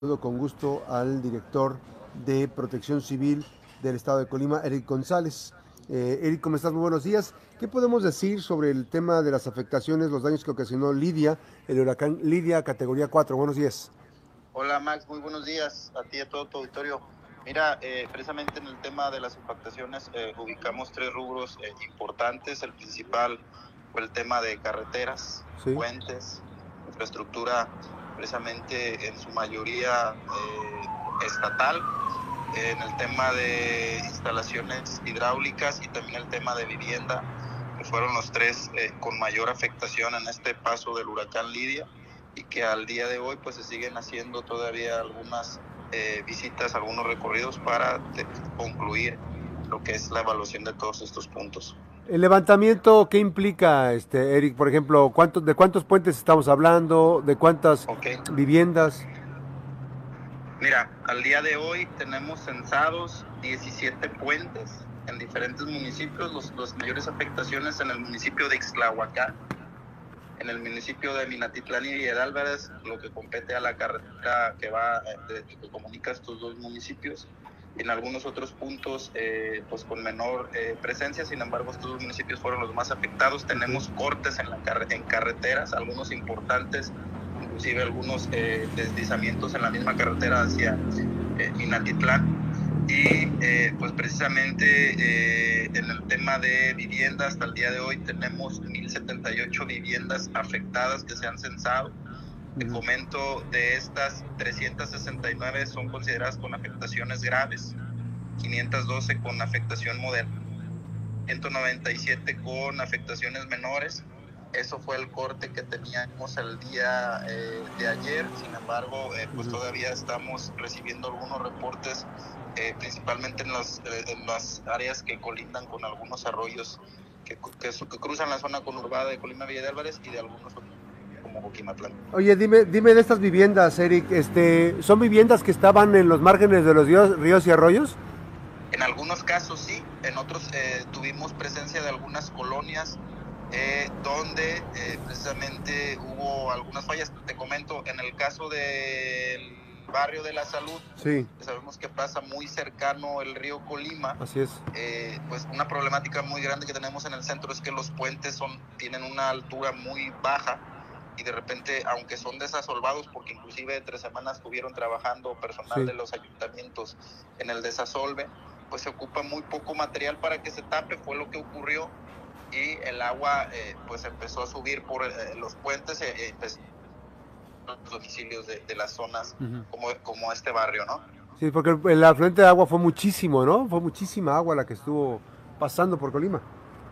Saludo con gusto al director de Protección Civil del Estado de Colima, Eric González. Eric, ¿cómo estás? Muy buenos días. ¿Qué podemos decir sobre el tema de las afectaciones, los daños que ocasionó Lidia, el huracán Lidia, categoría 4? Buenos días. Hola Max, muy buenos días a ti y a todo tu auditorio. Mira, precisamente en el tema de las impactaciones ubicamos tres rubros importantes. El principal fue el tema de carreteras, Sí. puentes, infraestructura precisamente en su mayoría estatal, en el tema de instalaciones hidráulicas y también el tema de vivienda, que fueron los tres con mayor afectación en este paso del huracán Lidia, y que al día de hoy pues se siguen haciendo todavía algunas visitas, algunos recorridos para concluir lo que es la evaluación de todos estos puntos. El levantamiento, ¿qué implica, Eric? Por ejemplo, ¿de cuántos puentes estamos hablando? ¿De cuántas Okay. viviendas? Mira, al día de hoy tenemos censados 17 puentes en diferentes municipios, las mayores afectaciones en el municipio de Ixtlahuacán, en el municipio de Minatitlán y Villa de Álvarez, lo que compete a la carretera que va, que comunica estos dos municipios. En algunos otros puntos, pues con menor presencia, sin embargo, estos dos municipios fueron los más afectados. Tenemos cortes en carreteras, algunos importantes, inclusive algunos deslizamientos en la misma carretera hacia Minatitlán. Y pues precisamente en el tema de vivienda, hasta el día de hoy tenemos 1,078 viviendas afectadas que se han censado. Te comento, de estas 369 son consideradas con afectaciones graves, 512 con afectación moderada, 197 con afectaciones menores. Eso fue el corte que teníamos el día de ayer. Sin embargo, pues todavía estamos recibiendo algunos reportes, principalmente en las áreas que colindan con algunos arroyos que cruzan la zona conurbada de Colima Villa de Álvarez y de algunos otros como Joquimatlán. Oye, dime de estas viviendas, Eric, ¿son viviendas que estaban en los márgenes de los ríos y arroyos? En algunos casos sí, en otros tuvimos presencia de algunas colonias donde precisamente hubo algunas fallas. Te comento, en el caso del barrio de la Salud, sí, sabemos que pasa muy cercano el río Colima. Así es. Pues una problemática muy grande que tenemos en el centro es que los puentes tienen una altura muy baja, y de repente, aunque son desasolvados, porque inclusive 3 semanas estuvieron trabajando personal de los ayuntamientos en el desasolve, pues se ocupa muy poco material para que se tape. Fue lo que ocurrió, y el agua pues empezó a subir por los puentes, los domicilios de las zonas como este barrio, ¿no? Sí, porque el afluente de agua fue muchísimo, ¿no? Fue muchísima agua la que estuvo pasando por Colima.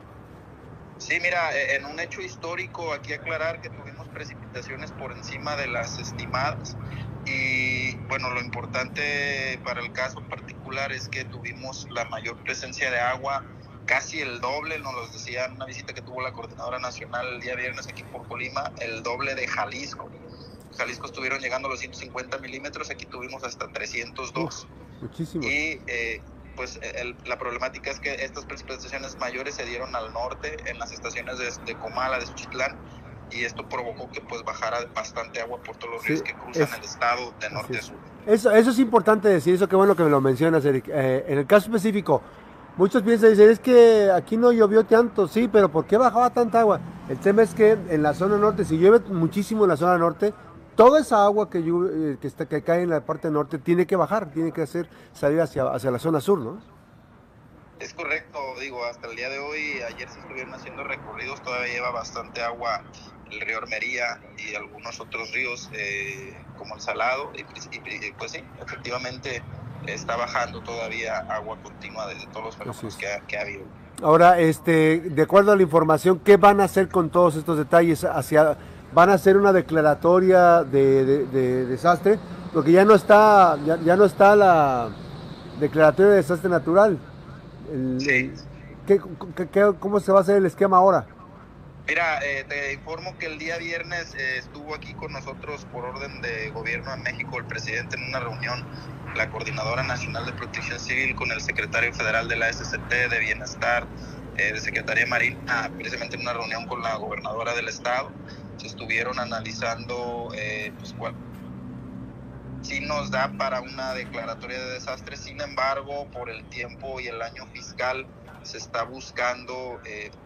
Sí, mira, en un hecho histórico, aquí aclarar que tuvimos precipitaciones por encima de las estimadas, y bueno, lo importante para el caso particular es que tuvimos la mayor presencia de agua, casi el doble, nos lo decía en una visita que tuvo la Coordinadora Nacional el día viernes aquí por Colima, el doble de Jalisco. Jalisco estuvieron llegando a los 150 milímetros, aquí tuvimos hasta 302. Muchísimo. Y pues la problemática es que estas precipitaciones mayores se dieron al norte, en las estaciones de Comala, de Suchitlán, y esto provocó que pues bajara bastante agua por todos los ríos que cruzan el estado de norte a sur. Eso es importante decir, eso qué bueno que me lo mencionas, Eric. En el caso específico, muchos piensan, dicen, es que aquí no llovió tanto, sí, pero ¿por qué bajaba tanta agua? El tema es que en la zona norte, si llueve muchísimo en la zona norte, toda esa agua que cae en la parte norte tiene que bajar, tiene que salir hacia la zona sur, ¿no? Es correcto, digo, hasta el día de hoy, ayer se estuvieron haciendo recorridos, todavía lleva bastante agua el río Armería y algunos otros ríos como el Salado, y pues sí, efectivamente está bajando todavía agua continua de todos los fenómenos que ha habido. Ahora, de acuerdo a la información, ¿qué van a hacer con todos estos detalles? ¿Van a hacer una declaratoria de desastre? Porque ya no está la declaratoria de desastre natural. Sí. ¿Cómo se va a hacer el esquema ahora? Mira, te informo que el día viernes estuvo aquí con nosotros por orden de gobierno en México el presidente en una reunión, la Coordinadora Nacional de Protección Civil, con el secretario federal de la SCT de Bienestar, de Secretaría Marina, precisamente en una reunión con la gobernadora del estado. Se estuvieron analizando pues sí nos da para una declaratoria de desastre. Sin embargo, por el tiempo y el año fiscal se está buscando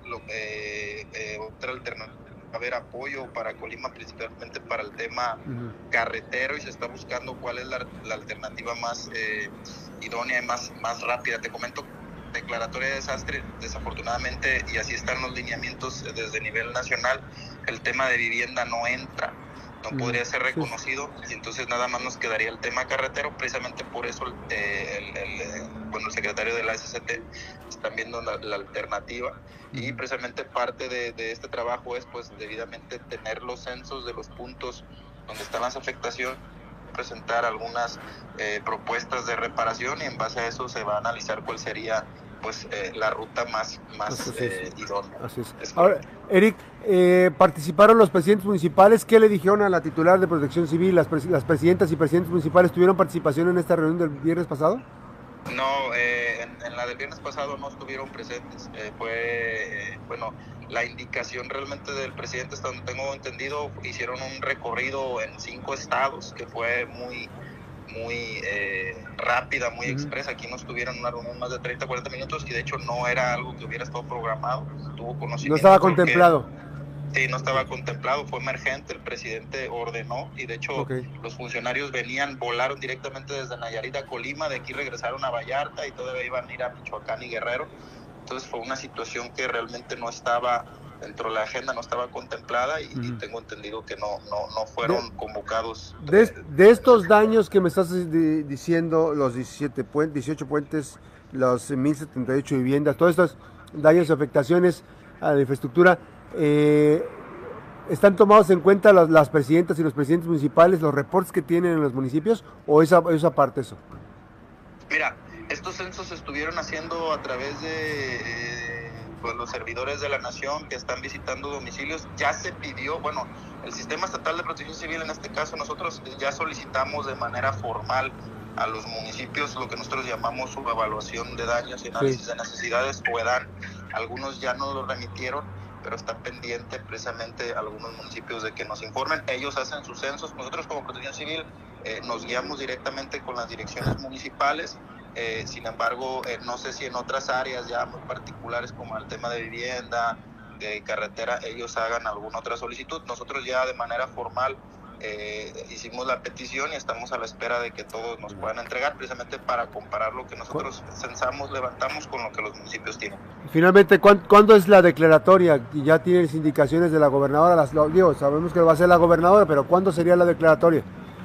otra alternativa, haber apoyo para Colima, principalmente para el tema carretero, y se está buscando cuál es la alternativa más idónea y más rápida. Te comento, declaratoria de desastre, desafortunadamente, y así están los lineamientos desde nivel nacional, el tema de vivienda no entra, no podría ser reconocido, y entonces nada más nos quedaría el tema carretero. Precisamente por eso el secretario de la SCT están viendo la alternativa, y precisamente parte de este trabajo es pues debidamente tener los censos de los puntos donde están las afectaciones, presentar algunas propuestas de reparación, y en base a eso se va a analizar cuál sería pues la ruta más idónea. Así es. Ahora, Eric, participaron los presidentes municipales. ¿Qué le dijeron a la titular de Protección Civil? ¿Las presidentas y presidentes municipales tuvieron participación en esta reunión del viernes pasado? No, en la del viernes pasado no estuvieron presentes. La indicación realmente del presidente, hasta donde tengo entendido, hicieron un recorrido en 5 estados que fue muy rápida, muy expresa. Aquí no estuvieron una reunión más de 30, 40 minutos, y de hecho no era algo que hubiera estado programado, tuvo conocimiento. No estaba contemplado. Sí, no estaba contemplado, fue emergente, el presidente ordenó, y de hecho los funcionarios volaron directamente desde Nayarit a Colima, de aquí regresaron a Vallarta y todavía iban a ir a Michoacán y Guerrero. Entonces fue una situación que realmente no estaba dentro de la agenda, no estaba contemplada, y tengo entendido que no fueron convocados. De estos daños que me estás diciendo, los 18 puentes, los 1078 viviendas, todos estos daños y afectaciones a la infraestructura, ¿están tomados en cuenta las presidentas y los presidentes municipales, los reportes que tienen en los municipios, o esa parte eso? Mira, estos censos se estuvieron haciendo a través de los servidores de la nación que están visitando domicilios. Ya se pidió, el Sistema Estatal de Protección Civil, en este caso nosotros ya solicitamos de manera formal a los municipios lo que nosotros llamamos su evaluación de daños y análisis de necesidades, o EDAN. Algunos ya nos lo remitieron, pero está pendiente precisamente algunos municipios de que nos informen. Ellos hacen sus censos. Nosotros como Protección Civil nos guiamos directamente con las direcciones municipales. Sin embargo, no sé si en otras áreas ya muy particulares como el tema de vivienda, de carretera, ellos hagan alguna otra solicitud. Nosotros ya de manera formal hicimos la petición y estamos a la espera de que todos nos puedan entregar, precisamente para comparar lo que nosotros censamos, levantamos, con lo que los municipios tienen. Finalmente, ¿cuándo es la declaratoria? Y ya tienes indicaciones de la gobernadora, sabemos que va a ser la gobernadora, pero ¿cuándo sería la declaratoria?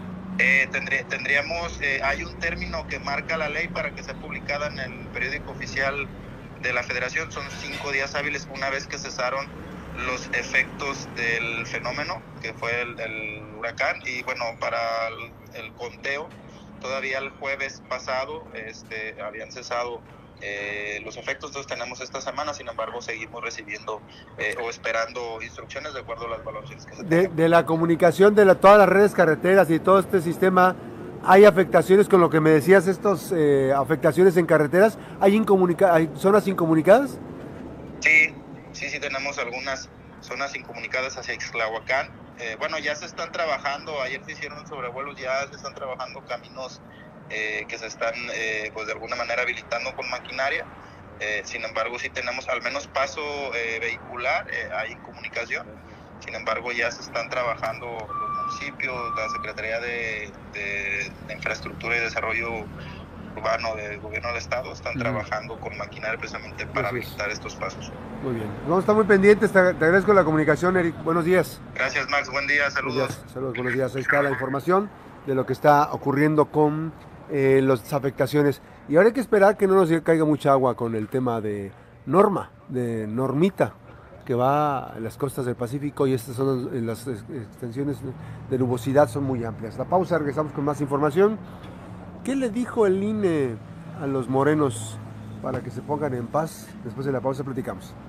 Tendríamos, hay un término que marca la ley para que sea publicada en el periódico oficial de la Federación. Son 5 días hábiles una vez que cesaron los efectos del fenómeno que fue el huracán, y para el conteo todavía el jueves pasado habían cesado los efectos. Entonces tenemos esta semana, sin embargo seguimos recibiendo o esperando instrucciones de acuerdo a las valoraciones que se tengan. De la comunicación de todas las redes carreteras y todo este sistema, ¿hay afectaciones con lo que me decías, afectaciones en carreteras? ¿Hay zonas incomunicadas? Sí, tenemos algunas zonas incomunicadas hacia Ixtlahuacán. Ya se están trabajando, ayer se hicieron sobrevuelos, ya se están trabajando caminos que se están de alguna manera habilitando con maquinaria. Sin embargo, sí tenemos al menos paso vehicular, hay comunicación. Sin embargo, ya se están trabajando los municipios, la Secretaría de Infraestructura y Desarrollo Urbano del Gobierno del Estado, están trabajando con maquinaria precisamente para habilitar estos pasos. Muy bien, vamos a estar muy pendientes. Te agradezco la comunicación, Eric. Buenos días. Gracias, Max. Buen día, saludos. Buenos días. Ahí está la información de lo que está ocurriendo con las afectaciones. Y ahora hay que esperar que no nos caiga mucha agua con el tema de Normita, que va a las costas del Pacífico, y estas son las extensiones de nubosidad son muy amplias. La pausa, regresamos con más información. ¿Qué le dijo el INE a los morenos para que se pongan en paz? Después de la pausa platicamos.